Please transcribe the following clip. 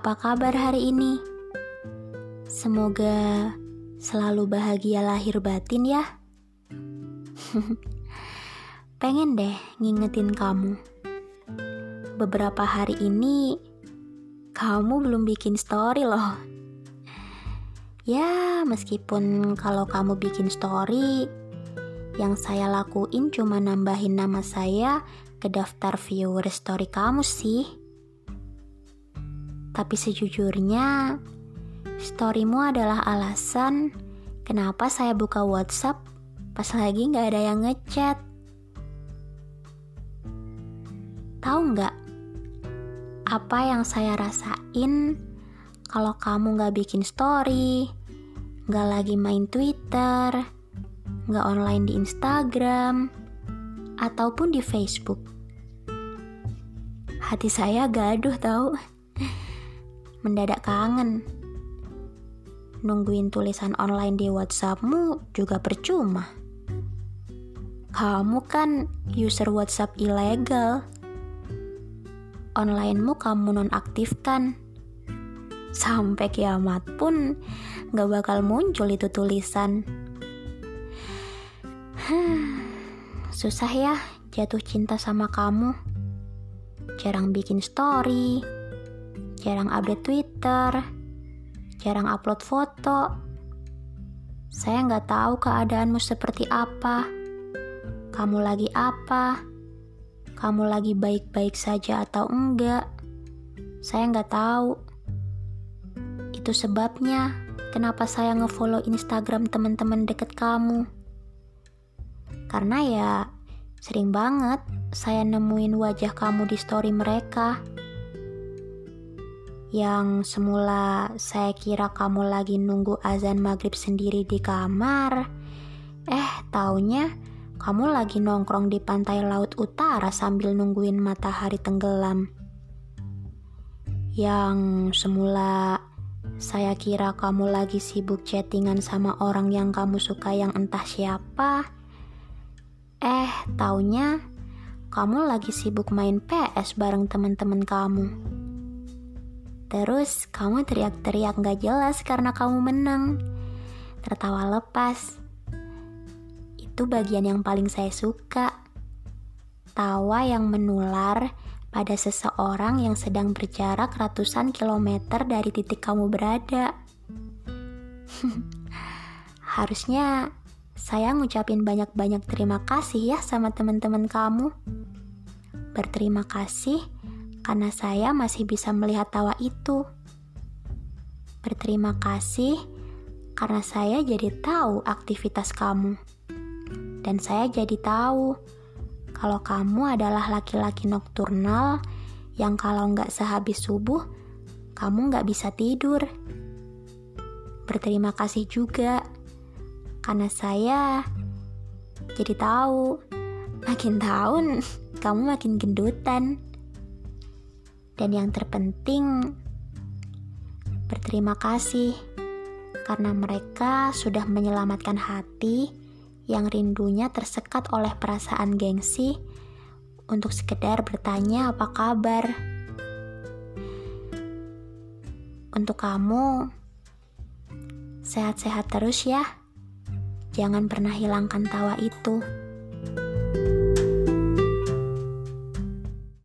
Apa kabar hari ini? Semoga selalu bahagia lahir batin ya. Pengen deh ngingetin kamu. Beberapa hari ini kamu belum bikin story loh. Ya, meskipun kalau kamu bikin story, yang saya lakuin cuma nambahin nama saya ke daftar viewer story kamu sih. Tapi sejujurnya, storymu adalah alasan kenapa saya buka WhatsApp pas lagi gak ada yang ngechat. Tahu gak apa yang saya rasain kalau kamu gak bikin story, gak lagi main Twitter, gak online di Instagram, ataupun di Facebook? Hati saya gaduh tahu. Mendadak kangen. Nungguin tulisan online di WhatsAppmu juga percuma. Kamu kan user WhatsApp ilegal. Onlinemu kamu nonaktifkan. Sampai kiamat pun gak bakal muncul itu tulisan. Susah ya jatuh cinta sama kamu. Jarang bikin story, jarang update Twitter, jarang upload foto. Saya gak tahu keadaanmu seperti apa. Kamu lagi apa? Kamu lagi baik-baik saja atau enggak? Saya gak tahu. Itu sebabnya kenapa saya ngefollow Instagram teman-teman deket kamu. Karena ya sering banget saya nemuin wajah kamu di story mereka. Yang semula saya kira kamu lagi nunggu azan maghrib sendiri di kamar, taunya kamu lagi nongkrong di pantai laut utara sambil nungguin matahari tenggelam. Yang semula saya kira kamu lagi sibuk chattingan sama orang yang kamu suka yang entah siapa, taunya kamu lagi sibuk main PS bareng teman-teman kamu. Terus kamu teriak-teriak gak jelas karena kamu menang. Tertawa lepas. Itu bagian yang paling saya suka. Tawa yang menular pada seseorang yang sedang berjarak ratusan kilometer dari titik kamu berada. Harusnya saya ngucapin banyak-banyak terima kasih ya sama teman-teman kamu. Berterima kasih karena saya masih bisa melihat tawa itu. Berterima kasih karena saya jadi tahu aktivitas kamu. Dan saya jadi tahu kalau kamu adalah laki-laki nokturnal yang kalau nggak sehabis subuh, kamu nggak bisa tidur. Berterima kasih juga karena saya jadi tahu makin tahun kamu makin gendutan. Dan yang terpenting, berterima kasih karena mereka sudah menyelamatkan hati yang rindunya tersekat oleh perasaan gengsi untuk sekedar bertanya apa kabar. Untuk kamu, sehat-sehat terus ya. Jangan pernah hilangkan tawa itu.